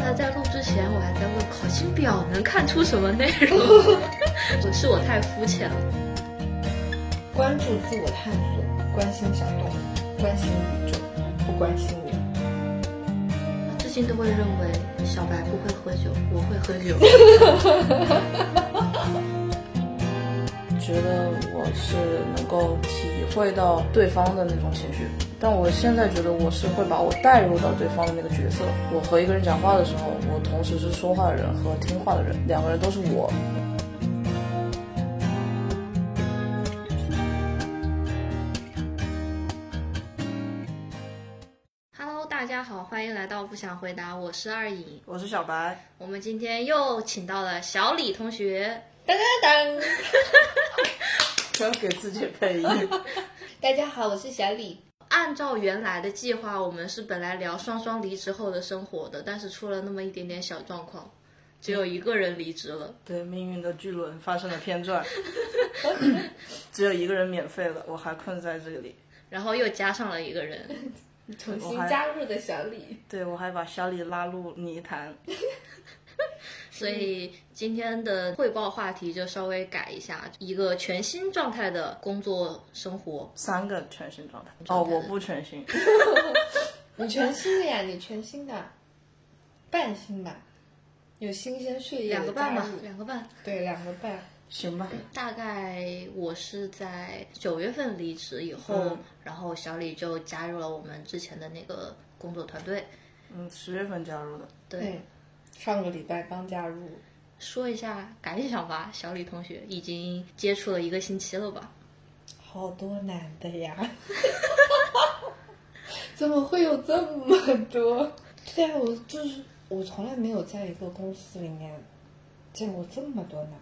才在录之前，我还在问考勤表能看出什么内容，是我太肤浅了。 关注自我探索，关心小动物，关心宇宙，不关心我。 至今都会认为小白不会喝酒，我会喝酒。 觉得我是能够体会到对方的那种情绪，但我现在觉得我是会把我带入到对方的那个角色。我和一个人讲话的时候，我同时是说话的人和听话的人，两个人都是我。 Hello， 大家好，欢迎来到不想回答，我是二颖， 我是小白。 我们今天又请到了小李同学。 当当当！ 不要给自己配音。 大家好，我是小李。 按照原来的计划，我们是本来聊双双离职后的生活的，但是出了那么一点点小状况，只有一个人离职了。 对，命运的巨轮发生了偏转，只有一个人免费了，我还困在这里。 然后又加上了一个人， 重新加入的小李。 对，我还把小李拉入泥潭。 所以今天的汇报话题就稍微改一下，一个全新状态的工作生活。 3个全新状态。哦，我不全新。 你全新的呀，你全新的，半新吧，有新鲜血液 2个半吧 ，2 个半。 对，2个半。 行吧。 大概我是在9月份离职以后，然后小李就加入了我们之前的那个工作团队。 10月份加入的。 对。 上个礼拜刚加入。 说一下感想吧，小李同学已经接触了1个星期了吧？ 好多男的呀！怎么会有这么多？对啊，我从来没有在一个公司里面见过这么多男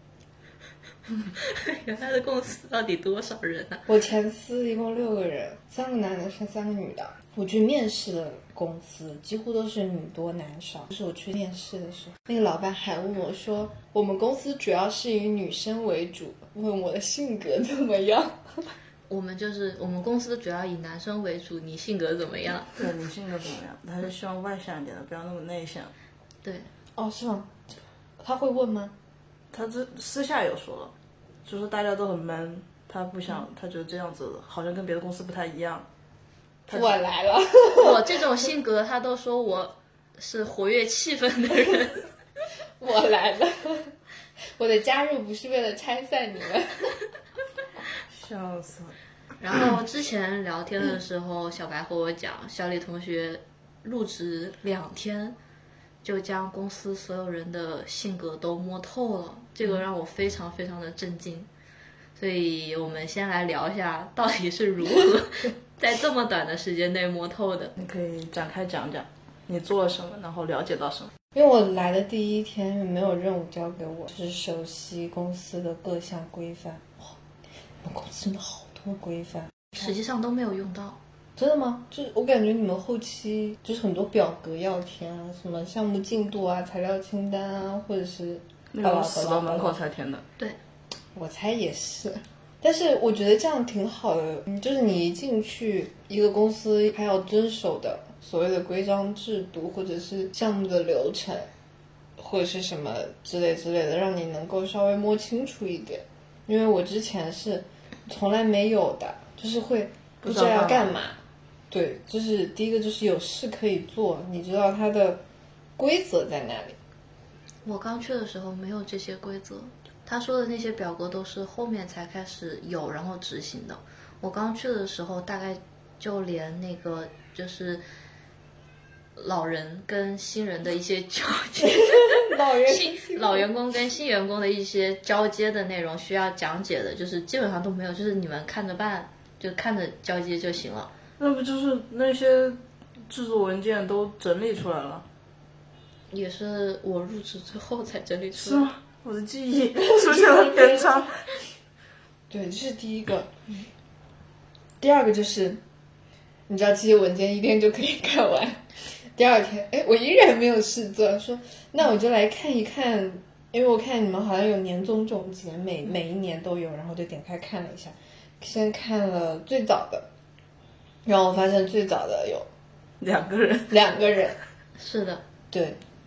的。 原来的公司到底多少人啊？ 我前司一共6个人，3个男的剩3个女的。我去面试的公司几乎都是女多男少。就是我去面试的时候，那个老板还问我说，我们公司主要是以女生为主，问我的性格怎么样。 我们公司主要以男生为主，你性格怎么样？ 对，你性格怎么样？他是希望外向一点的，不要那么内向。 对。 哦，是吗？他会问吗？ 他私下有说了，就是大家都很闷，他不想，他觉得这样子好像跟别的公司不太一样。 我来了。 我这种性格，他都说我是活跃气氛的人。 我来了，我的加入不是为了拆散你们。 笑死了。 然后之前聊天的时候，小白和我讲，小李同学入职2天，就将公司所有人的性格都摸透了，这个让我非常非常的震惊。所以我们先来聊一下，到底是如何在这么短的时间内摸透的。 你可以展开讲讲你做了什么，然后了解到什么。 因为我来的第1天没有任务交给我，就是熟悉公司的各项规范。哇，你们公司真的好多规范， 实际上都没有用到。 真的吗？就是我感觉你们后期就是很多表格要填啊，什么项目进度啊、材料清单啊，或者是那个死到门口才填的。 对， 我猜也是。但是我觉得这样挺好的，就是你一进去一个公司还要遵守的所谓的规章制度，或者是项目的流程，或者是什么之类的，让你能够稍微摸清楚一点。因为我之前是从来没有的，就是会不知道要干嘛。对，就是第一个就是有事可以做，你知道它的规则在哪里。 我刚去的时候没有这些规则，他说的那些表格都是后面才开始有，然后执行的。我刚去的时候，大概就连那个就是老人跟新人的一些交接，老员工跟新员工的一些交接的内容需要讲解的，就是基本上都没有，就是你们看着办，就看着交接就行了。 那不就是那些制作文件都整理出来了？ 也是我入职之后才整理出来。是吗？我的记忆出现了偏差。 对，这是第一个。第二个就是，你知道这些文件1天就可以看完。第2天，我依然没有事做，说那我就来看一看，因为我看你们好像有年终总结，每一年都有，然后就点开看了一下，先看了最早的，然后我发现最早的有 2个人。 2个人。 是的。 对，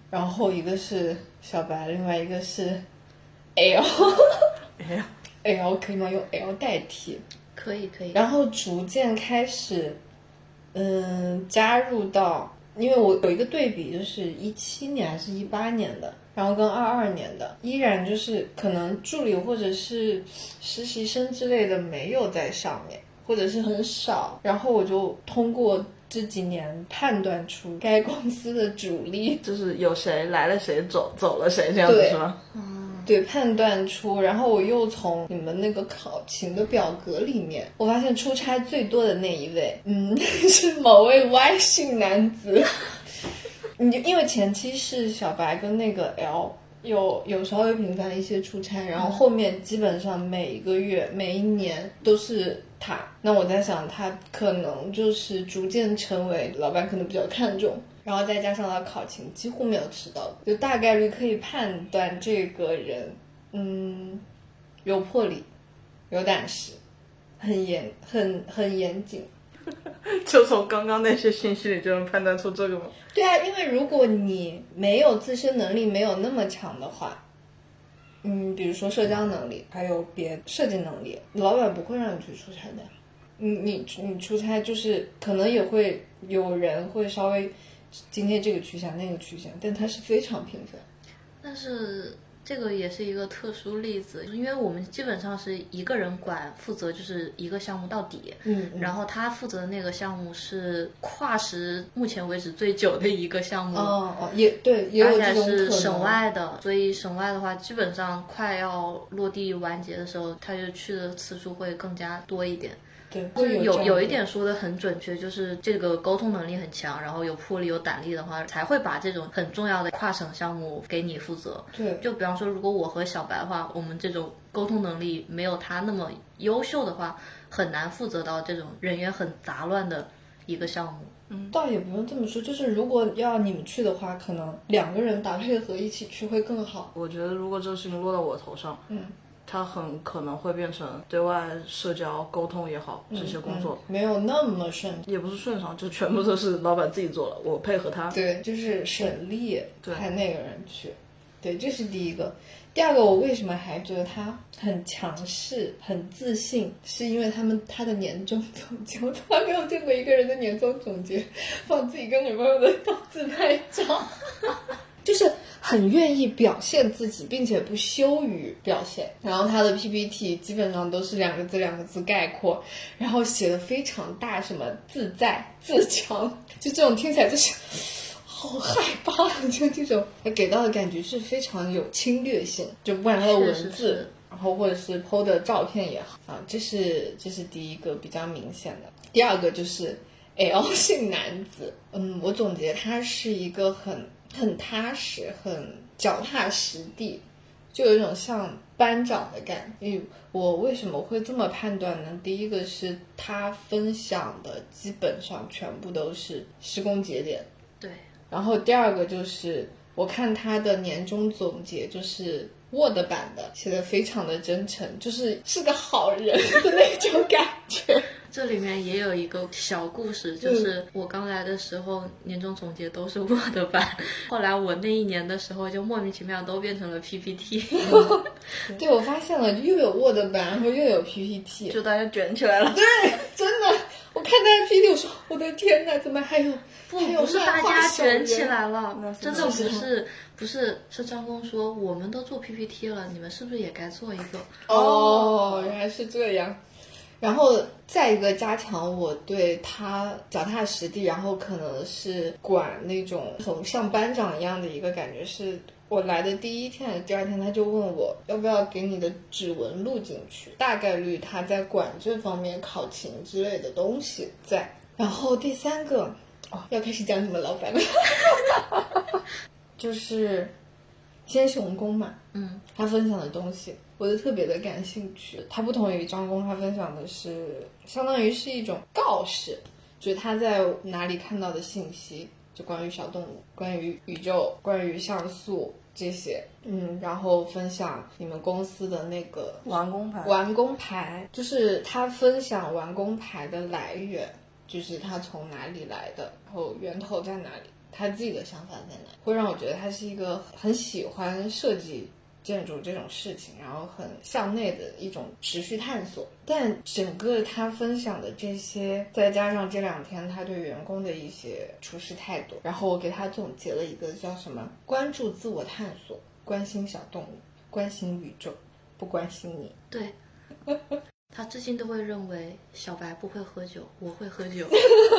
然后一个是小白，另外一个是 L。L 可以吗？用 L 代替。 可以。 然后逐渐开始，加入到，因为我有一个对比，就是17年还是18年的，然后跟22年的，依然就是可能助理或者是实习生之类的没有在上面，或者是很少。然后我就通过这几年判断出该公司的主力， 就是有谁来了谁走了谁这样子是吗？ 对，判断出，然后我又从你们那个考勤的表格里面，我发现出差最多的那一位，是某位 Y 姓男子。因为前期是小白跟那个 L 有稍微频繁一些出差，然后后面基本上每一个月每一年都是他。那我在想，他可能就是逐渐成为老板可能比较看重。然后再加上他考勤几乎没有迟到，就大概率可以判断这个人，有魄力，有胆识，很严谨。 就从刚刚那些信息里就能判断出这个吗？ 对啊，因为如果你没有自身能力没有那么强的话，比如说社交能力，还有设计能力，老板不会让你去出差的。你出差就是可能也会有人会稍微。今天这个去向那个去向，但它是非常频繁。 但是这个也是一个特殊例子，因为我们基本上是一个人负责就是一个项目到底，然后他负责的那个项目是跨时目前为止最久的一个项目， 也对，也有这种可能， 而且是省外的，所以省外的话，基本上快要落地完结的时候，他就去的次数会更加多一点。 对， 就是有一点说的很准确，就是这个沟通能力很强，然后有魄力有胆力的话，才会把这种很重要的跨省项目给你负责。 对， 就比方说，如果我和小白的话，我们这种沟通能力没有他那么优秀的话，很难负责到这种人员很杂乱的一个项目。 倒也不用这么说，就是如果要你们去的话，可能2个人打配合一起去会更好。 我觉得如果这个事情落到我头上，它很可能会变成对外社交沟通也好，这些工作没有那么顺， 也不是顺畅，就全部都是老板自己做了，我配合他。 对，就是省力派那个人去。对，这是第一个。第二个，我为什么还觉得他很强势、很自信，是因为他的年终总结，我从来没有见过一个人的年终总结放自己跟女朋友的自拍照，就是很愿意表现自己，并且不羞于表现。然后他的 PPT 基本上都是2个字概括，然后写的非常大，什么自在、自强，就这种听起来就是好害怕，就这种给到的感觉是非常有侵略性，就不管他的文字， 是然后或者是 PO 的照片也好啊，这是第一个比较明显的。第二个就是 L 姓男子，我总结他是一个很踏实、很脚踏实地，就有一种像班长的感觉。我为什么会这么判断呢？第一个是他分享的基本上全部都是施工节点， 对。 然后第二个就是我看他的年终总结，就是 Word 版的，写的非常的真诚，就是个好人的那种感觉。 这里面也有一个小故事，就是我刚来的时候，年终总结都是 Word 版，后来我那一年的时候，就莫名其妙都变成了 PPT。 对，我发现了，又有 Word 版，然后又有 PPT， 就大家卷起来了。 对，真的，我看那 PPT， 我说我的天哪，怎么还有？ 不是大家卷起来了，真的不是，是张工说我们都做 PPT 了，你们是不是也该做一个？ 原来是这样。然后再一个加强我对他脚踏实地，然后可能是管那种很像班长一样的一个感觉，是我来的第1天还是第2天，他就问我要不要给你的指纹录进去，大概率他在管这方面考勤之类的东西在。然后第3个要开始讲你们老板了就是先雄工嘛，他分享的东西我就特别的感兴趣。他不同于张工，他分享的是相当于是一种告示，就是他在哪里看到的信息，就关于小动物、关于宇宙、关于像素这些，然后分享你们公司的那个完工牌， 就是他分享完工牌的来源，就是他从哪里来的，然后源头在哪里。 他自己的想法在哪，会让我觉得他是一个很喜欢设计建筑这种事情，然后很向内的一种持续探索。但整个他分享的这些，再加上这2天他对员工的一些处事态度，然后我给他总结了一个叫什么：关注自我探索，关心小动物，关心宇宙，不关心你。 对，他至今都会认为小白不会喝酒，我会喝酒。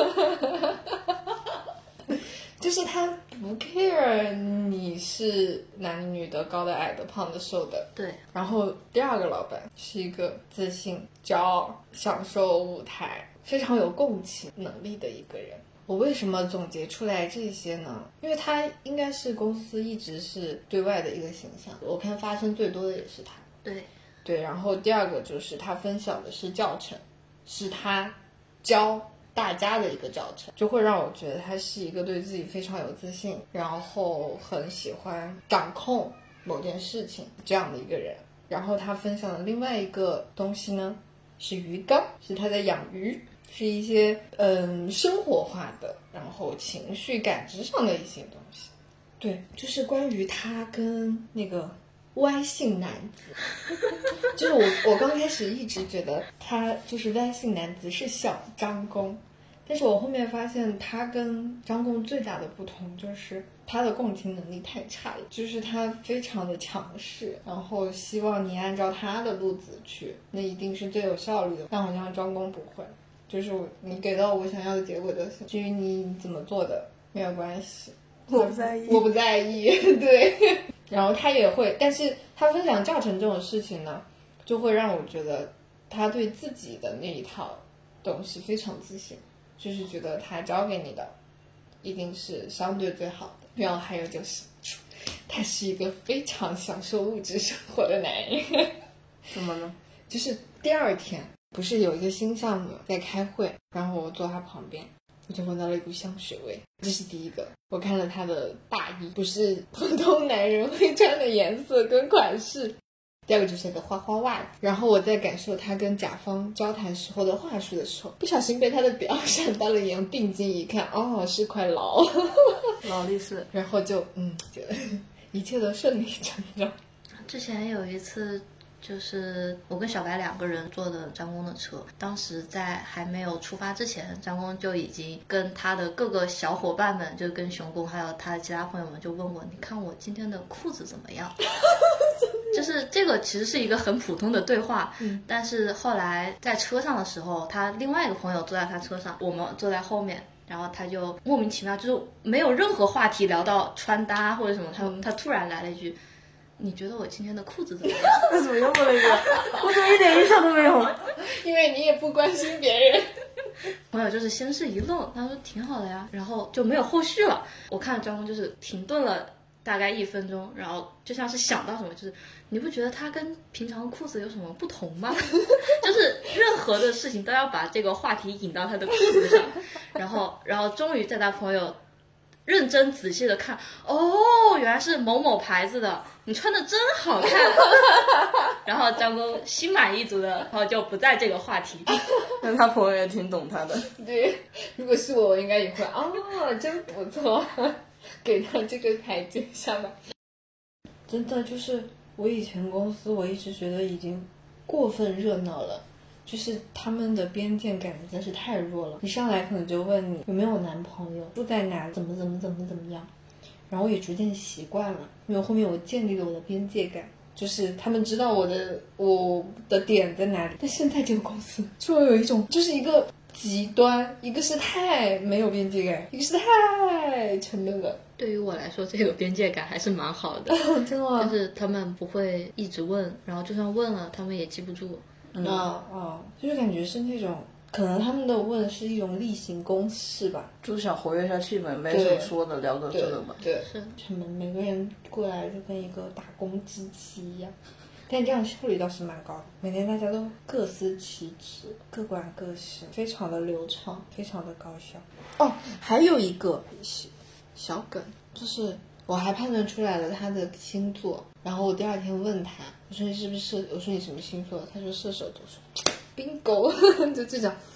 就是他不 care 你是男的女的高的矮的胖的瘦的。 对。 然后第2个老板是一个自信骄傲享受舞台非常有共情能力的一个人。我为什么总结出来这些呢？因为他应该是公司一直是对外的一个形象，我看发生最多的也是他。 对， 然后第2个就是他分享的是教程，是他教大家的一个教程，就会让我觉得他是一个对自己非常有自信，然后很喜欢掌控某件事情这样的一个人。然后他分享的另外一个东西呢，是鱼缸，是他在养鱼，是一些生活化的，然后情绪感知上的一些东西。对，就是关于他跟那个歪性男子，就是我刚开始一直觉得他就是歪性男子是小张工，但是我后面发现他跟张工最大的不同就是他的共情能力太差了，就是他非常的强势，然后希望你按照他的路子去，那一定是最有效率的。但好像张工不会，就是你给到我想要的结果就行，至于你怎么做的没有关系， 我不在意， 我不在意。对。然后他也会，但是他分享教程这种事情呢，就会让我觉得他对自己的那一套东西非常自信，就是觉得他教给你的一定是相对最好的。然后还有就是他是一个非常享受物质生活的男人。 怎么呢？ 就是第2天不是有一个新项目在开会，然后我坐他旁边，我就闻到了一股香水味，这是第一个。我看了他的大衣，不是普通男人会穿的颜色跟款式。第2个就是那个花花袜子，然后我在感受他跟甲方交谈时候的话术的时候，不小心被他的表闪到了眼，定睛一看，哦，是块劳力士， 然后就觉得一切都顺理成章。 之前有一次就是我跟小白2个人坐的张工的车，当时在还没有出发之前，张工就已经跟他的各个小伙伴们，就跟熊工还有他的其他朋友们就问我，你看我今天的裤子怎么样？就是这个其实是一个很普通的对话，但是后来在车上的时候，他另外一个朋友坐在他车上，我们坐在后面，然后他就莫名其妙，就是没有任何话题聊到穿搭或者什么，他突然来了一句，你觉得我今天的裤子怎么样？ 为什么又问了一个？我怎么一点印象都没有？ 因为你也不关心别人。 朋友就是先是一愣，他说挺好的呀，然后就没有后续了。我看张工就是停顿了大概1分钟，然后就像是想到什么，就是你不觉得他跟平常裤子有什么不同吗？就是任何的事情都要把这个话题引到他的裤子上，然后终于在他朋友认真仔细的看，哦，原来是某某牌子的，你穿的真好看。然后张工心满意足的，然后就不在这个话题。 但他朋友也挺懂他的。 对，如果是我应该也会真不错，给他这个台阶下吧。真的就是我以前公司，我一直觉得已经过分热闹了，就是他们的边界感实在是太弱了。一上来可能就问你有没有男朋友，住在哪，怎么样，然后我也逐渐习惯了，因为后面我建立了我的边界感，就是他们知道我的点在哪里。但现在这个公司就有一种，就是一个极端，一个是太没有边界感，一个是太沉闷了。 对于我来说，这个边界感还是蛮好的。 真的吗？ 就是他们不会一直问，然后就算问了，他们也记不住。 就是感觉是那种，可能他们的问是一种例行公事吧， 就是想活跃一下气氛，没什么说的，聊着这个吧。 对，是沉闷，每个人过来就跟一个打工机器一样。但这样效率倒是蛮高的，每天大家都各司其职，各管各事，非常的流畅，非常的高效。还有一个小梗，就是我还判断出来了他的星座，然后我第2天问他，我说你是不是我说你什么星座？他说射手座，说 bingo 就这种。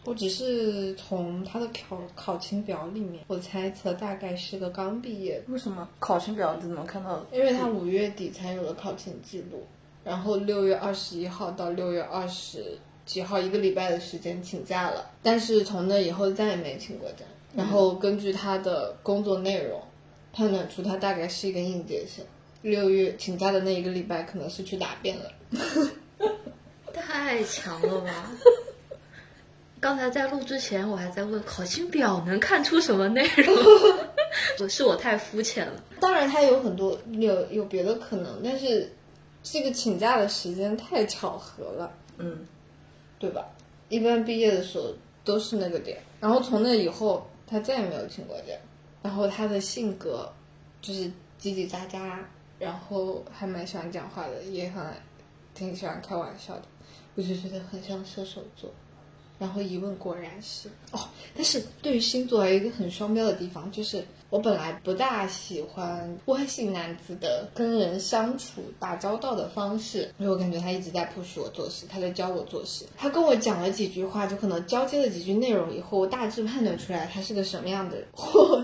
我只是从他的考勤表里面，我猜测大概是个刚毕业的。 为什么考勤表你能看到？ 因为他5月底才有了考勤记录，然后6月21号到6月20几号1个礼拜的时间请假了，但是从那以后再也没请过假。然后根据他的工作内容判断出他大概是一个应届生，6月请假的那1个礼拜可能是去答辩了。 太强了吧！刚才在录之前，我还在问考勤表能看出什么内容，是我太肤浅了。 当然，他有很多有别的可能，但是这个请假的时间太巧合了，对吧？一般毕业的时候都是那个点，然后从那以后他再也没有请过假。然后他的性格就是叽叽喳喳，然后还蛮喜欢讲话的，也挺喜欢开玩笑的，我就觉得很像射手座。然后一问果然是但是对于星座还有一个很双标的地方，就是我本来不大喜欢外姓男子的跟人相处打交道的方式，因为我感觉他一直在 push 我做事，他在教我做事，他跟我讲了几句话，就可能交接了几句内容以后，我大致判断出来他是个什么样的人。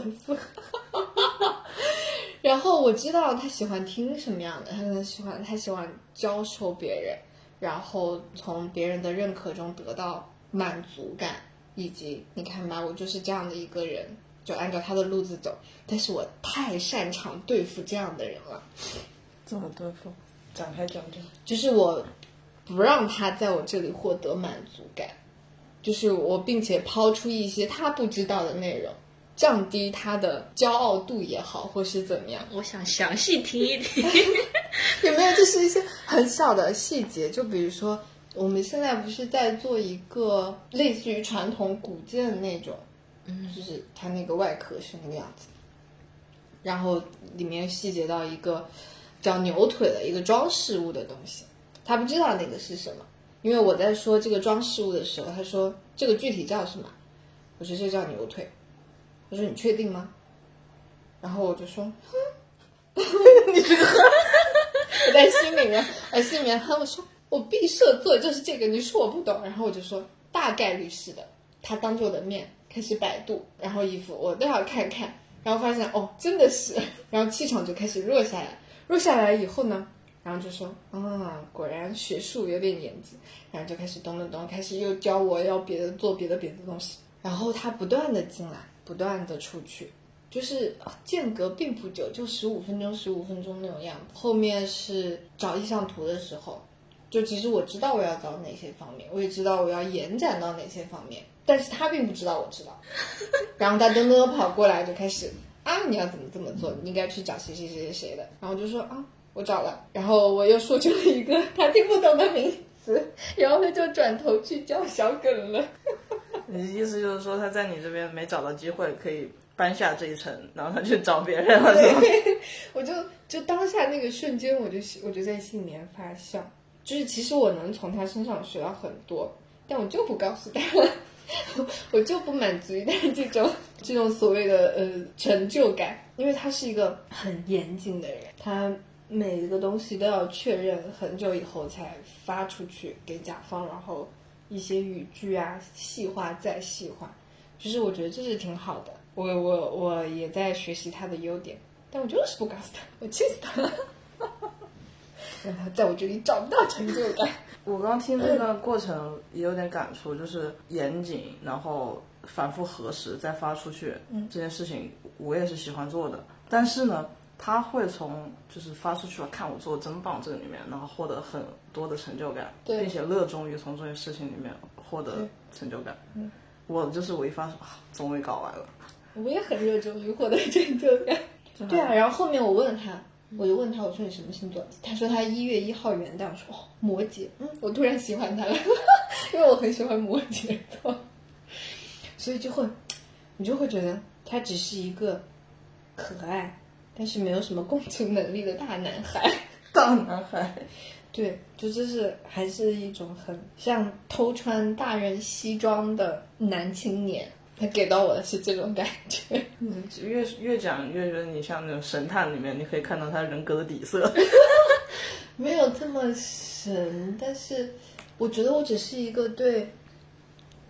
然后我知道他喜欢听什么样的，他可能他喜欢教授别人，然后从别人的认可中得到满足感，以及你看吧，我就是这样的一个人，就按照他的路子走。但是我太擅长对付这样的人了。 怎么对付？展开讲讲。 就是我不让他在我这里获得满足感，就是我并且抛出一些他不知道的内容，降低他的骄傲度也好，或是怎么样。 我想详细听一听。 有没有就是一些很小的细节，就比如说我们现在不是在做一个类似于传统古建那种，就是它那个外壳是那个样子，然后里面细节到一个叫牛腿的一个装饰物的东西，他不知道那个是什么，因为我在说这个装饰物的时候，他说这个具体叫什么，我说这叫牛腿，他说你确定吗？然后我就说你这个我在心里面哼，我说我毕设做的就是这个，你说我不懂。然后我就说大概率是的。他当着我的面开始百度，然后衣服我都要看看，然后发现真的是，然后气场就开始弱下来。弱下来以后呢，然后就说果然学术有点年纪，然后就开始咚咚咚，开始又教我要做别的东西。然后他不断的进来，不断的出去。就是间隔并不久，就15分钟那种样子。后面是找意向图的时候，就其实我知道我要找哪些方面，我也知道我要延展到哪些方面，但是他并不知道我知道。然后他噔噔跑过来就开始你要怎么做，你应该去找谁的。然后我就说我找了，然后我又说出了一个他听不懂的名词，然后他就转头去叫小耿了。 你的意思就是说他在你这边没找到机会可以搬下这一层，然后他去找别人了，是吧？ 我就当下那个瞬间，我就在心里面发笑，就是其实我能从他身上学到很多，但我就不告诉他，我就不满足于他这种所谓的成就感，因为他是一个很严谨的人，他每一个东西都要确认很久以后才发出去给甲方，然后一些语句细化再细化，就是我觉得这是挺好的。我也在学习他的优点，但我就是不告诉他，我气死他了，让他在我这里找不到成就感。 我刚听这个过程也有点感触，就是严谨，然后反复核实再发出去，这件事情我也是喜欢做的。但是呢，他会从就是发出去了，看我做的真棒这个里面，然后获得很多的成就感，并且热衷于从这件事情里面获得成就感。我就是我一发说终于搞完了。 我也很热衷于获得成就感。对然后后面我就问他，我说你什么星座？他说他1月1号元旦。我说摩羯。我突然喜欢他了，因为我很喜欢摩羯座，所以你就会觉得他只是一个可爱但是没有什么共情能力的大男孩。 大男孩。 对，就是还是一种很像偷穿大人西装的男青年，他给到我的是这种感觉。 越讲越觉得你像那种神探里面，你可以看到他人格的底色。 没有这么神，但是我觉得我只是一个对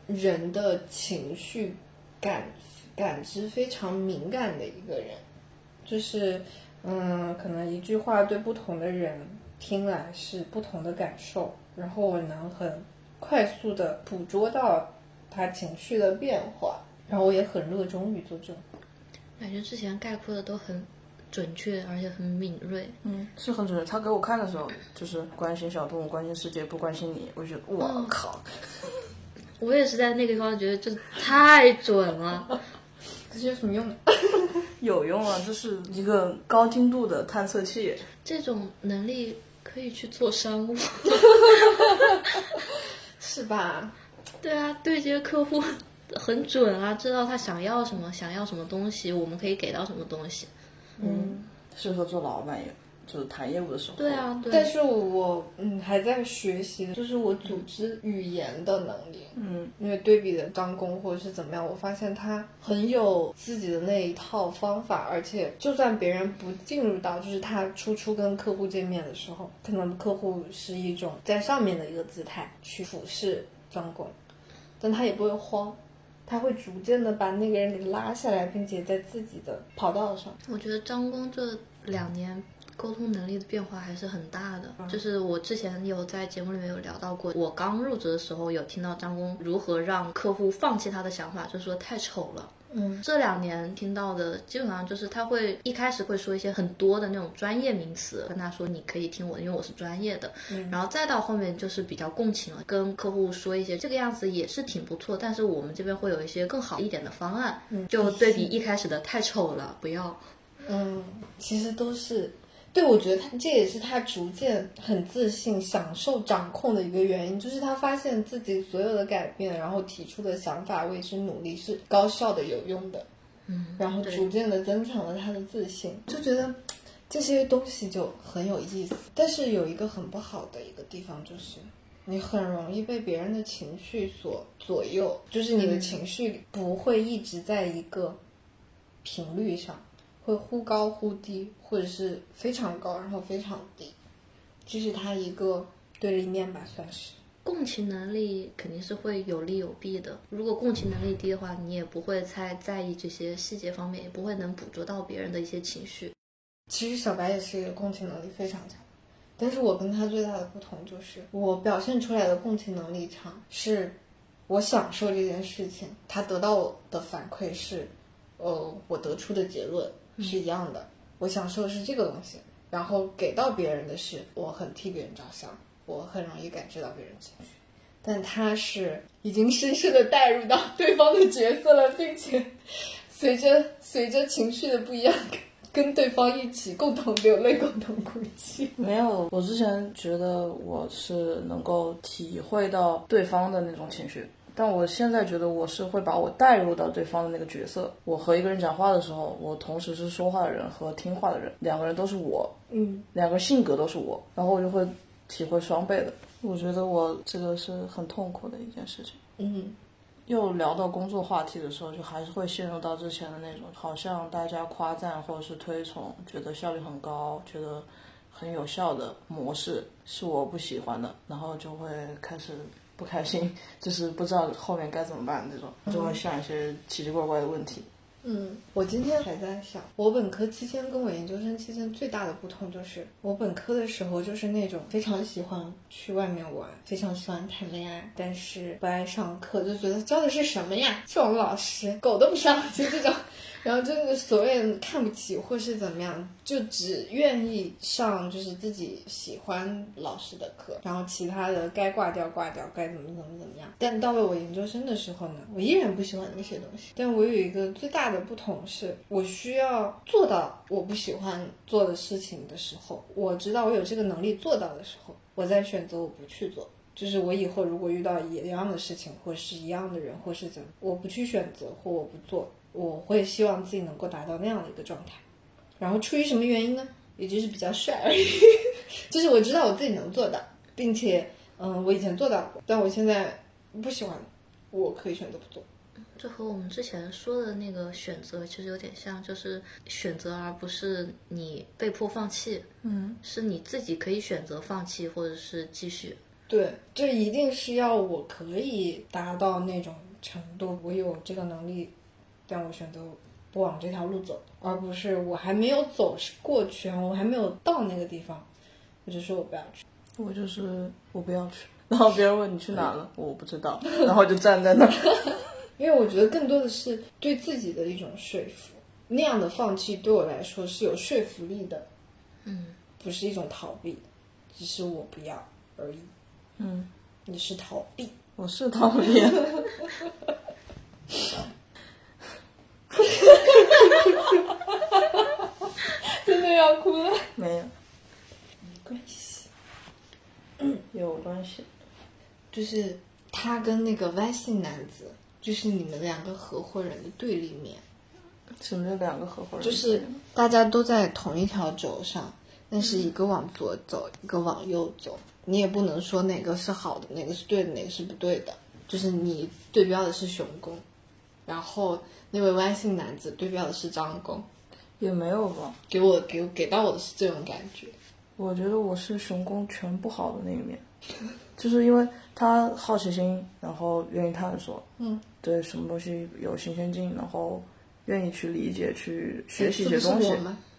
人的情绪感知非常敏感的一个人，就是可能一句话对不同的人听来是不同的感受，然后我能很快速的捕捉到他情绪的变化，然后我也很热衷于做这种。 感觉之前概括的都很准确，而且很敏锐。 是很准确。他给我看的时候，就是关心小动物，关心世界，不关心你。我就觉得，我靠！ 我也是在那个地方觉得这太准了。 这是有什么用的？ 有用啊，这是一个高精度的探测器。 这种能力可以去做商务。 是吧？ 对啊，对接客户很准啊，知道他想要什么东西，我们可以给到什么东西。 适合做老板，也就是谈业务的时候。 对啊，对。 但是我还在学习，就是我组织语言的能力。因为对比的张工或者是怎么样，我发现他很有自己的那一套方法，而且就算别人不进入到，就是他初跟客户见面的时候，可能客户是一种在上面的一个姿态去俯视张工，但他也不会慌。他会逐渐的把那个人给拉下来，并且在自己的跑道上。 我觉得张工这2年沟通能力的变化还是很大的。就是我之前有在节目里面有聊到过，我刚入职的时候有听到张工如何让客户放弃他的想法，就是说太丑了。这2年听到的基本上就是他会一开始会说一些很多的那种专业名词，跟他说你可以听我的，因为我是专业的。然后再到后面就是比较共情了，跟客户说一些这个样子也是挺不错，但是我们这边会有一些更好一点的方案。就对比一开始的太丑了不要。 其实都是对，我觉得这也是他逐渐很自信享受掌控的一个原因，就是他发现自己所有的改变，然后提出的想法为之努力是高效的有用的。然后逐渐的增强了他的自信，就觉得这些东西就很有意思。但是有一个很不好的一个地方，就是你很容易被别人的情绪所左右，就是你的情绪不会一直在一个频率上，会忽高忽低，或者是非常高然后非常低，这是它一个对立面吧，算是。 共情能力肯定是会有利有弊的，如果共情能力低的话，你也不会太在意这些细节方面，也不会能捕捉到别人的一些情绪。 其实小白也是一个共情能力非常强，但是我跟他最大的不同就是我表现出来的共情能力强，是我享受这件事情，他得到我的反馈是我得出的结论是一样的，我享受的是这个东西，然后给到别人的是我很替别人着想，我很容易感知到别人情绪。但他是已经深深的带入到对方的角色了，并且随着情绪的不一样，跟对方一起共同流泪，共同哭泣。 没有，我之前觉得我是能够体会到对方的那种情绪，但我现在觉得我是会把我带入到对方的那个角色。我和一个人讲话的时候，我同时是说话的人和听话的人，两个人都是我，两个性格都是我，然后我就会体会双倍的。我觉得我这个是很痛苦的一件事情。又聊到工作话题的时候，就还是会陷入到之前的那种，好像大家夸赞或者是推崇，觉得效率很高，觉得很有效的模式是我不喜欢的，然后就会开始不开心，就是不知道后面该怎么办，这种就会想一些奇奇怪怪的问题。 我今天还在想，我本科期间跟我研究生期间最大的不同就是，我本科的时候就是那种非常喜欢去外面玩，非常喜欢谈恋爱，但是不爱上课，就觉得教的是什么呀，这种老师狗都不上，就这种，然后就是所谓人看不起或是怎么样，就只愿意上就是自己喜欢老师的课，然后其他的该挂掉挂掉，该怎么样。但到了我研究生的时候呢，我依然不喜欢那些东西，但我有一个最大的不同是，我需要做到我不喜欢做的事情的时候，我知道我有这个能力做到的时候，我再选择我不去做。就是我以后如果遇到一样的事情，或是一样的人，或是怎么，我不去选择或我不做，我会希望自己能够达到那样的一个状态。然后出于什么原因呢？也就是比较帅而已就是我知道我自己能做到，并且我以前做到过，但我现在不喜欢，我可以选择不做。 这和我们之前说的那个选择其实有点像，就是选择而不是你被迫放弃，是你自己可以选择放弃或者是继续。 对，就一定是要我可以达到那种程度，我有这个能力，但我选择不往这条路走，而不是我还没有走过去，我还没有到那个地方，我就说我不要去。 我就是我不要去，然后别人问你去哪了，我不知道，然后就站在那儿。 因为我觉得更多的是对自己的一种说服，那样的放弃对我来说是有说服力的，不是一种逃避，只是我不要而已。你是逃避， 我是逃避。 真的要哭了。 没有， 没关系， 有关系。 就是他跟那个 Y 姓男子，就是你们两个合伙人的对立面。 什么叫两个合伙人？ 就是大家都在同一条轴上，但是一个往左走，一个往右走，你也不能说哪个是好的，哪个是对的，哪个是不对的。就是你对标的是熊公，然后那位歪姓男子对标的是张公， 也没有吧。 给到我的是这种感觉。 我觉得我是熊公全不好的那一面，就是因为他好奇心，然后愿意探索，对什么东西有新鲜劲，然后愿意去理解、去学习一些东西。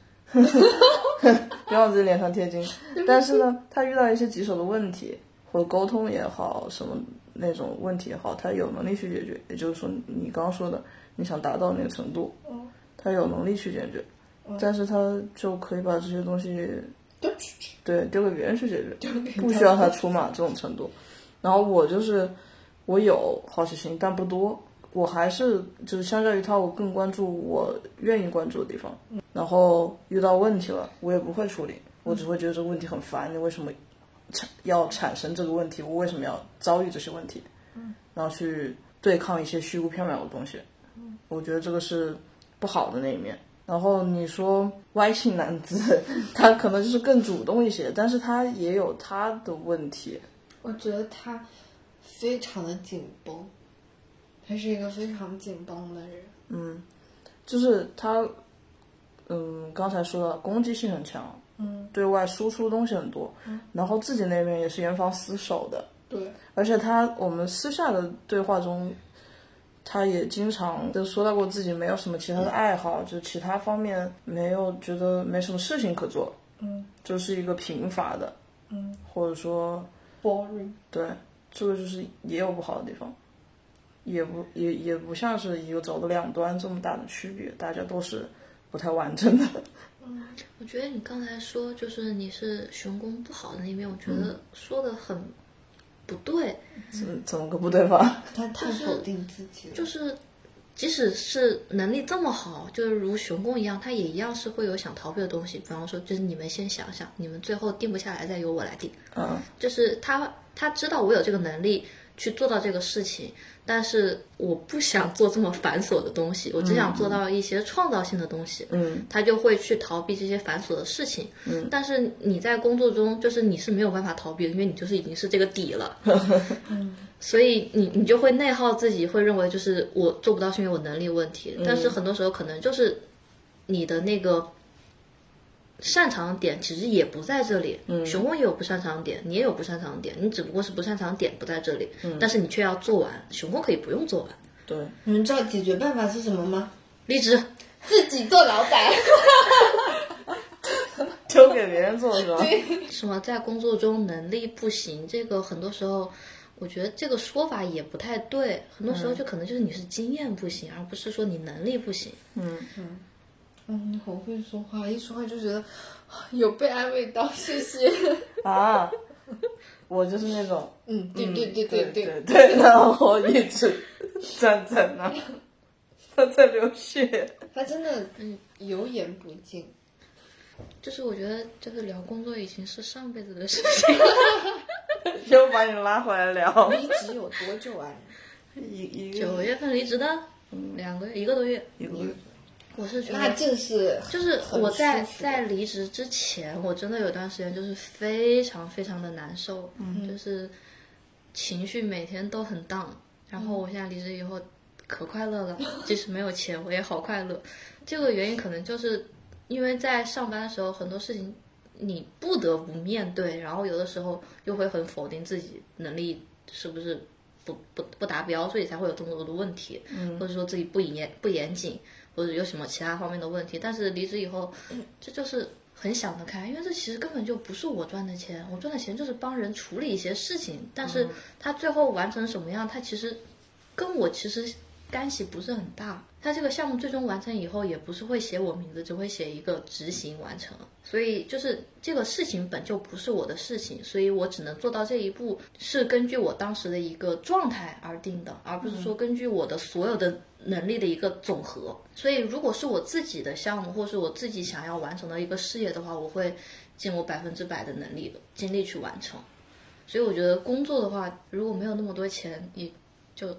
不要往自己脸上贴金。但是呢，他遇到一些棘手的问题，或者沟通也好，什么那种问题也好，他有能力去解决。也就是说，你刚刚说的，你想达到那个程度，他有能力去解决，但是他就可以把这些东西对丢给别人去解决，不需要他出马这种程度。然后我就是我有好奇心，但不多。我还是就是相较于他，我更关注我愿意关注的地方。然后遇到问题了，我也不会处理，我只会觉得这个问题很烦，你为什么要产生这个问题？我为什么要遭遇这些问题？然后去对抗一些虚无缥缈的东西。我觉得这个是不好的那一面。然后你说歪姓男子，他可能就是更主动一些，但是他也有他的问题。 我觉得他非常的紧绷。他是一个非常紧绷的人， 就是他，刚才说的攻击性很强，对外输出的东西很多，然后自己那边也是严防死守的， 对， 而且我们私下的对话中，他也经常就说到过自己没有什么其他的爱好，就是其他方面没有觉得没什么事情可做，就是一个贫乏的，或者说 boring， 对，这个就是也有不好的地方。也不像是一个走的两端这么大的区别，大家都是不太完整的。 我觉得你刚才说就是你是熊公不好的那一面，我觉得说的很不对。 怎么个不对法？ 他太否定自己了。 就是即使是能力这么好，就是如熊公一样，他也一样是会有想逃避的东西。比方说，就是你们先想想，你们最后定不下来，再由我来定。就是他知道我有这个能力去做到这个事情，但是我不想做这么繁琐的东西，我只想做到一些创造性的东西。他就会去逃避这些繁琐的事情。但是你在工作中，就是你是没有办法逃避的，因为你就是已经是这个底了。所以你就会内耗自己，会认为就是我做不到是因为我能力问题。但是很多时候可能就是你的那个擅长点其实也不在这里，熊公也有不擅长点，你也有不擅长点，你只不过是不擅长点不在这里，但是你却要做完，熊公可以不用做完。 对， 你们知道解决办法是什么吗？ 离职， 自己做老板。 丢给别人做是吧？ 什么在工作中能力不行，这个很多时候我觉得这个说法也不太对，很多时候就可能就是你是经验不行，而不是说你能力不行。 你好会说话，一说话就觉得有被安慰到，谢谢。 啊，我就是那种， 对， 然后我一直站在那，他在流血， 他真的油盐不进。 就是我觉得就是聊工作已经是上辈子的事情了。 又把你拉回来聊。 离职有多久啊 ？9月份离职的，2个月，1个多月。 1个月。 我是觉得， 那正是就是我在离职之前，我真的有段时间就是非常非常的难受，就是情绪每天都很down。然后我现在离职以后可快乐了，即使没有钱，我也好快乐。这个原因可能就是因为在上班的时候很多事情你不得不面对，然后有的时候又会很否定自己能力是不是不达标，所以才会有这么多的问题，或者说自己不严谨，或者有什么其他方面的问题。但是离职以后，这就是很想得开，因为这其实根本就不是我赚的钱，我赚的钱就是帮人处理一些事情，但是他最后完成什么样，他其实跟我其实干系不是很大。他这个项目最终完成以后，也不是会写我名字，只会写一个执行完成。所以就是这个事情本就不是我的事情，所以我只能做到这一步，是根据我当时的一个状态而定的，而不是说根据我的所有的能力的一个总和。所以如果是我自己的项目，或是我自己想要完成的一个事业的话，我会尽我100%的能力精力去完成。所以我觉得工作的话，如果没有那么多钱，也就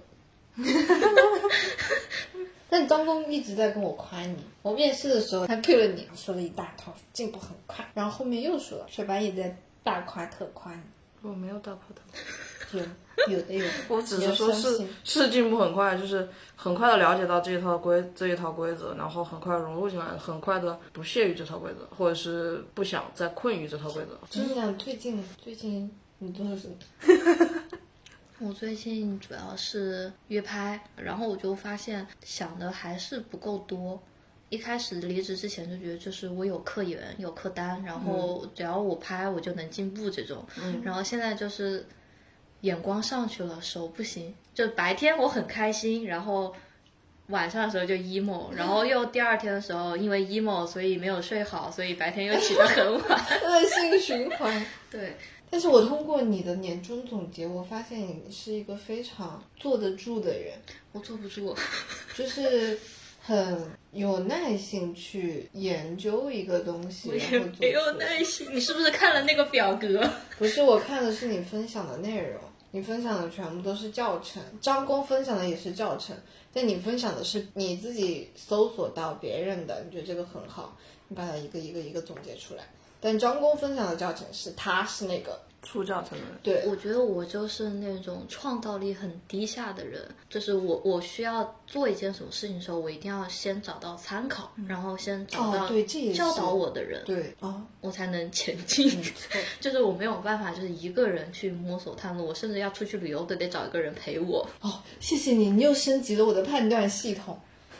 但张工一直在跟我夸你，我面试的时候他 Q 了你，说了一大套，进步很快，然后后面又说小白也在大夸特夸你。 我没有大夸特， 有的， 我只是说是进步很快，就是很快的了解到这一套规则，然后很快融入进来，很快的不屑于这套规则，或者是不想再困于这套规则。 真的讲，最近你做了什么？ 我最近主要是约拍，然后我就发现想的还是不够多。一开始离职之前就觉得就是我有客源有客单，然后只要我拍我就能进步这种，然后现在就是眼光上去了，手不行，就白天我很开心，然后晚上的时候就 emo， 然后又第二天的时候因为 emo 所以没有睡好，所以白天又起得很晚， 恶性循环。 对。 但是我通过你的年终总结，我发现你是一个非常坐得住的人。 我坐不住， 就是很有耐心去研究一个东西，然后做。 没有耐心，你是不是看了那个表格？ 不是，我看的是你分享的内容，你分享的全部都是教程，张工分享的也是教程，但你分享的是你自己搜索到别人的，你觉得这个很好，你把它一个一个总结出来。但张工分享的教程他是那个出教程的人。 对， 我觉得我就是那种创造力很低下的人，就是我需要做一件什么事情的时候，我一定要先找到参考，然后先找到教导我的人， 对我才能前进。就是我没有办法就是一个人去摸索探路，我甚至要出去旅游都得找一个人陪我。 谢谢你，你又升级了我的判断系统。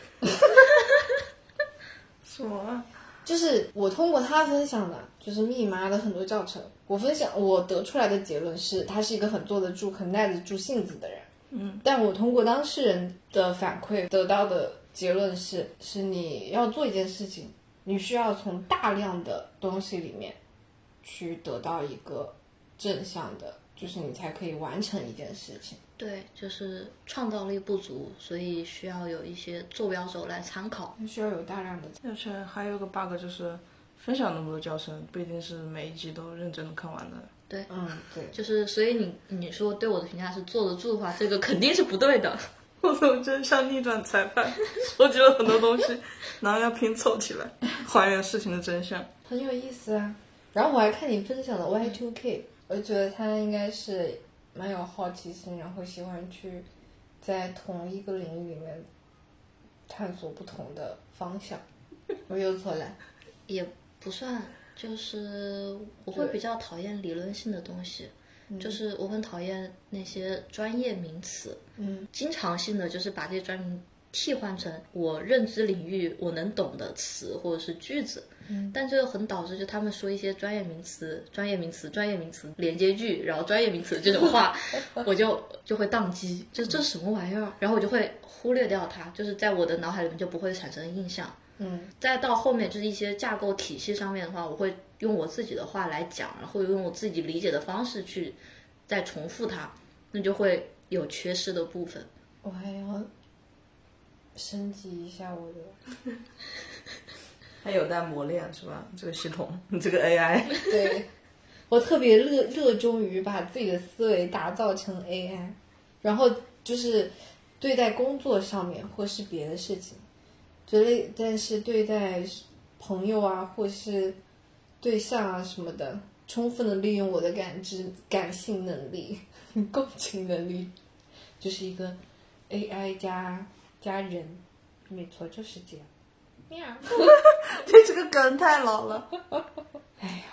什么？ 就是我通过他分享的，就是密码的很多教程，我得出来的结论是，他是一个很坐得住、很耐得住性子的人。但我通过当事人的反馈得到的结论是你要做一件事情，你需要从大量的东西里面去得到一个正向的，就是你才可以完成一件事情。 对，就是创造力不足，所以需要有一些坐标轴来参考， 需要有大量的。 而且还有个 bug 就是分享那么多教程，不一定是每一集都认真的看完的。 对， 对， 就是所以你说对我的评价是坐得住的话，这个肯定是不对的。 我怎么真像逆转裁判，收集了很多东西，然后要拼凑起来，还原事情的真相， 很有意思啊。然后我还看你分享了 Y2K，我觉得他应该是蛮有好奇心，然后喜欢去在同一个领域里面探索不同的方向。我有错了？ 也不算，就是我会比较讨厌理论性的东西，就是我很讨厌那些专业名词，经常性的就是把这些专业名词替换成我认知领域我能懂的词或者是句子，但这个很导致就他们说一些专业名词连接句，然后专业名词这种话，我就会宕机，就这是什么玩意儿，然后我就会忽略掉它，就是在我的脑海里面就不会产生印象。再到后面就是一些架构体系上面的话，我会用我自己的话来讲，然后用我自己理解的方式去再重复它，那就会有缺失的部分。 我还要升级一下我的还有待磨练是吧？这个系统，这个 AI。 对，我特别热衷于把自己的思维打造成 AI， 然后就是对待工作上面或是别的事情，但是对待朋友啊或是对象啊什么的，充分的利用我的感性能力、共情能力，就是一个 AI 加人，没错，就是这样。喵， 你这个梗太老了。 哎呀。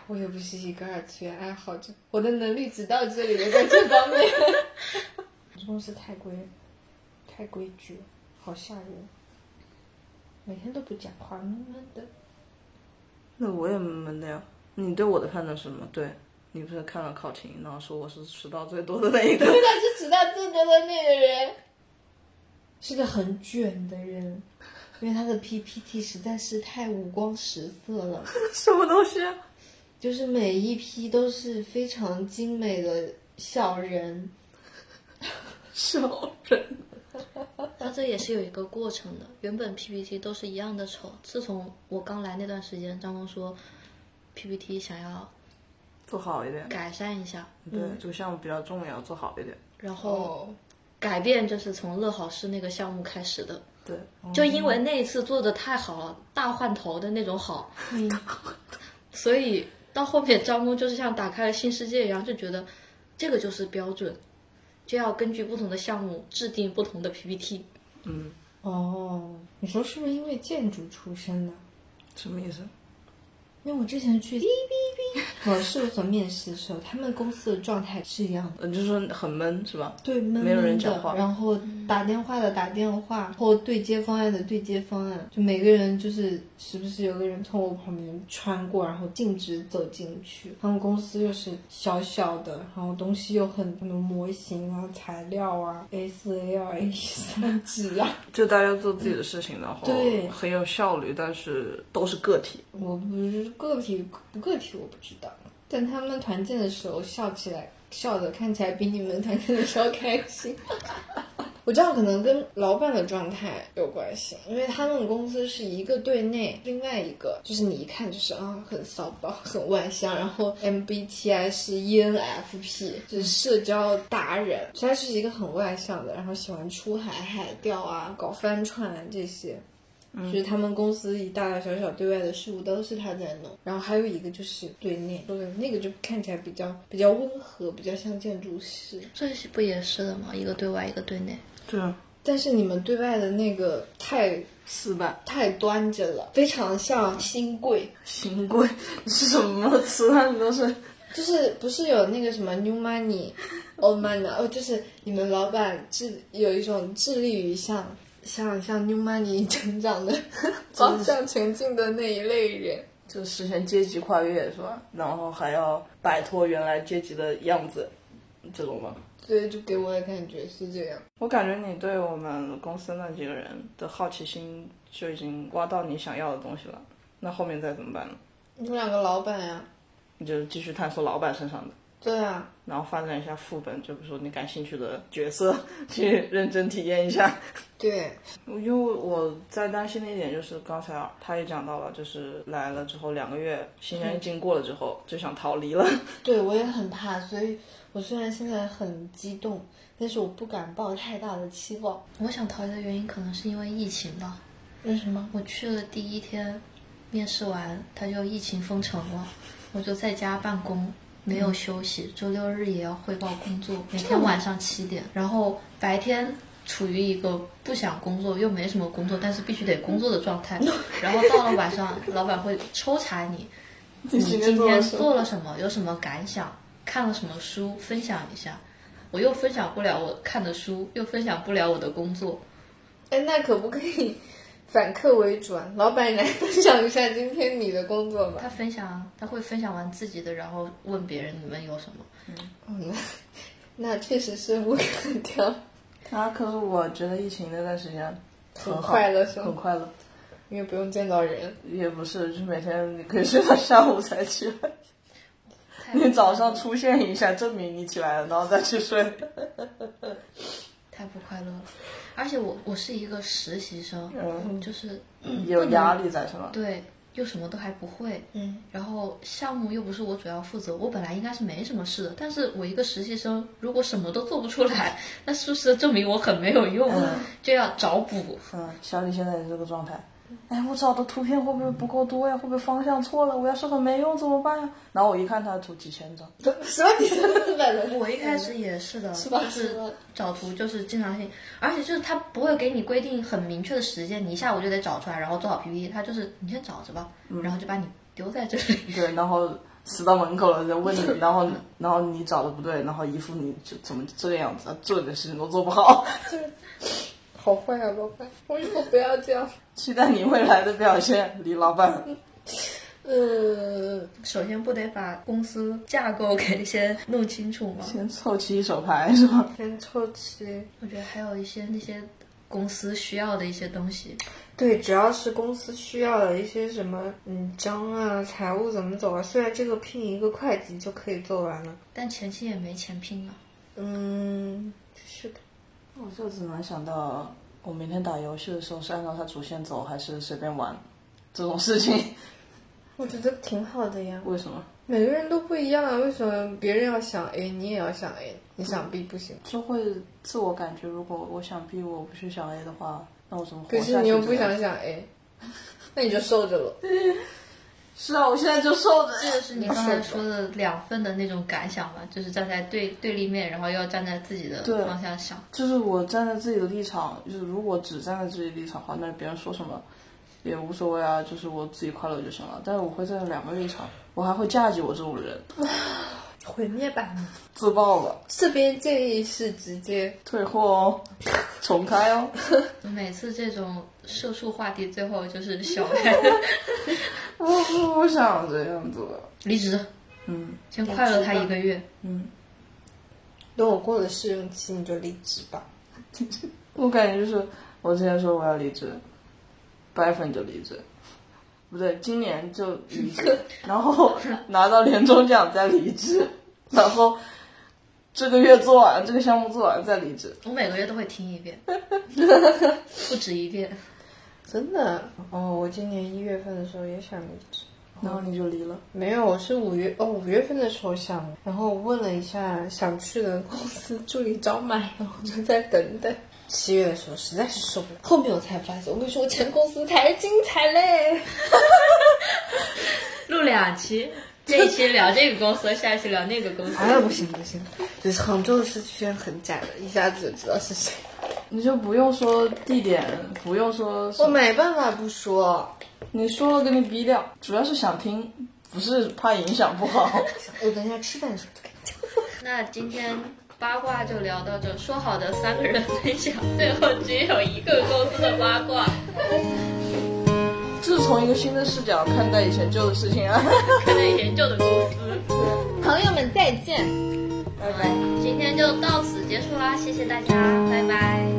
我又不是一个二次元爱好者，我的能力只到这里了，在这方面。这公司太规矩了，好吓人。每天都不讲话，闷闷的。 那我也闷闷的呀。你对我的判断是什么？对，你不是看了考勤，然后说我是迟到最多的那一个。 对，他是迟到最多的那个人，是个很卷的人，因为他的 PPT 实在是太五光十色了。 什么东西啊？ 就是每一批都是非常精美的小人。 小人。 它这也是有一个过程的，原本 PPT 都是一样的丑，自从我刚来那段时间，张工说 PPT 想要做好一点， 改善一下， 对，这个项目比较重要，做好一点。 然后改变就是从乐好市那个项目开始的。 对， 就因为那一次做的太好了，大换头的那种好，所以到后面张工就是像打开了新世界一样，就觉得这个就是标准，就要根据不同的项目制定不同的 PPT。 哦，你说是不是因为建筑出身的？ 什么意思？ 因为我之前去我事务所面试的时候，他们公司的状态是一样的， 就是很闷是吧？ 对，闷闷的， 没有人讲话， 然后打电话的打电话，或对接方案的对接方案，就每个人就是时不时有个人从我旁边穿过，然后径直走进去。他们公司又是小小的，然后东西又很多模型啊、材料啊、A4、A2、A3 纸啊， 就大家做自己的事情，然后对， 很有效率，但是都是个体。 我不是个体不个体我不知道，但他们团建的时候笑的看起来比你们团建的时候开心。我知道可能跟老板的状态有关系，因为他们公司是一个对内，另外一个就是你一看就是很骚包很外向，然后 MBTI 是 ENFP 就是社交达人，所以他是一个很外向的，然后喜欢出海钓啊，搞帆船这些。就是他们公司一大大小小对外的事务都是他在弄，然后还有一个就是对内，说的那个就看起来比较温和，比较像建筑师。 这不也是的吗？一个对外，一个对内。 对啊， 但是你们对外的那个太死板， 太端着了，非常像新贵。 新贵是什么词啊？你都是就是不是有那个什么 new money old money 就是你们老板有一种致力于像 new money 成长的方向前进的那一类人， 就实现阶级跨越是吧？然后还要摆脱原来阶级的样子，这种吗？ 对，就给我的感觉是这样。 我感觉你对我们公司那几个人的好奇心就已经挖到你想要的东西了，那后面再怎么办呢？ 你们两个老板呀？ 你就继续探索老板身上的。 对啊， 然后发展一下副本，就比如说你感兴趣的角色，去认真体验一下。 对， 因为我在担心的一点就是，刚才他也讲到了，就是来了之后2个月，新鲜劲过了之后，就想逃离了。 对，我也很怕，所以我虽然现在很激动，但是我不敢抱太大的期望。 我想逃离的原因可能是因为疫情吧。 为什么？ 我去了第一天，面试完他就疫情封城了，我就在家办公。没有休息，周六日也要汇报工作，每天晚上7点，然后白天处于一个不想工作又没什么工作，但是必须得工作的状态，然后到了晚上，老板会抽查你今天做了什么，有什么感想，看了什么书，分享一下。我又分享不了我看的书，又分享不了我的工作。 哎，那可不可以反客为主啊？老板，你来分享一下今天你的工作吧。 他分享，他会分享完自己的，然后问别人你们有什么。 那确实是无可挑。 啊，可是我觉得疫情那段时间很快乐，是吗？ 很快乐， 因为不用见到人。也不是，就每天你可以睡到下午才起来。你早上出现一下，证明你起来了，然后再去睡。 太不快乐了，而且我是一个实习生，就是有压力在是吗？ 对，又什么都还不会，然后项目又不是我主要负责，我本来应该是没什么事的，但是我一个实习生，如果什么都做不出来，那是不是证明我很没有用？就要找补。 小李现在也是这个状态。哎，我找的图片会不会不够多呀？会不会方向错了？我要是很没用怎么办呀？然后我一看他的图几千张， 什么400人？ 我一开始也是的， 是吧？ 就是找图就是经常性，而且就是他不会给你规定很明确的时间，你一下午就得找出来，然后做好 PPT，他就是你先找着吧，然后就把你丢在这里。 对，然后死到门口了再问你，然后你找的不对，然后一副你就怎么这个样子，做点事情都做不好。 好坏啊，老板！我以后不要这样。 期待你未来的表现，李老板。 首先不得把公司架构给先弄清楚吗？ 先凑齐一手牌是吧？ 先凑齐。 我觉得还有一些那些公司需要的一些东西。 对，主要是公司需要的一些什么章啊、财务怎么走啊。虽然这个聘一个会计就可以做完了， 但前期也没钱拼啊。 是的。 我就只能想到，我明天打游戏的时候是按照他主线走，还是随便玩这种事情。 我觉得挺好的呀。 为什么？ 每个人都不一样啊，为什么别人要想 A， 你也要想 A， 你想 B 不行？ 就会自我感觉，如果我想 B， 我不去想 A 的话，那我怎么活下去？ 可是你又不想想 A， 那你就受着了。 是啊，我现在就受着。 这就是你刚才说的两份的那种感想嘛，就是站在对立面，然后要站在自己的方向想。 就是我站在自己的立场，就是如果只站在自己的立场的话，那别人说什么也无所谓啊，就是我自己快乐就行了。但是我会站在两个立场，我还会架起我这种人。 毁灭吧你！ 自爆吧！ 这边建议是直接退货哦，重开哦。 每次这种社畜话题最后就是小白我不想这样子了。 离职。先快乐他1个月。 等我过了试用期你就离职吧。 我感觉就是我之前说我要离职，8月份就离职，不对，今年就离职，然后拿到年终奖再离职，然后这个月做完这个项目做完再离职。 我每个月都会听一遍，不止一遍。 真的？我今年1月份的时候也想离职。 然后你就离了？ 没有，我是5月份的时候想，然后问了一下想去的公司助理招满，然后就再等等。7月的时候实在是受不了，后面我才发现，我跟你说，我前公司才精彩嘞。 录2期，这一期聊这个公司，下一期聊那个公司。 不行，就是杭州的市圈很窄的，一下子就知道是谁。 你就不用说地点，不用说。 我没办法不说。 你说了给你逼掉，主要是想听，不是怕影响不好。 我等一下吃饭的时候再跟你讲。 那今天八卦就聊到这，说好的3个人分享，最后只有一个公司的八卦。 这是从一个新的视角看待以前旧的事情啊， 看待以前旧的公司。 朋友们再见，拜拜。 今天就到此结束啦，谢谢大家，拜拜。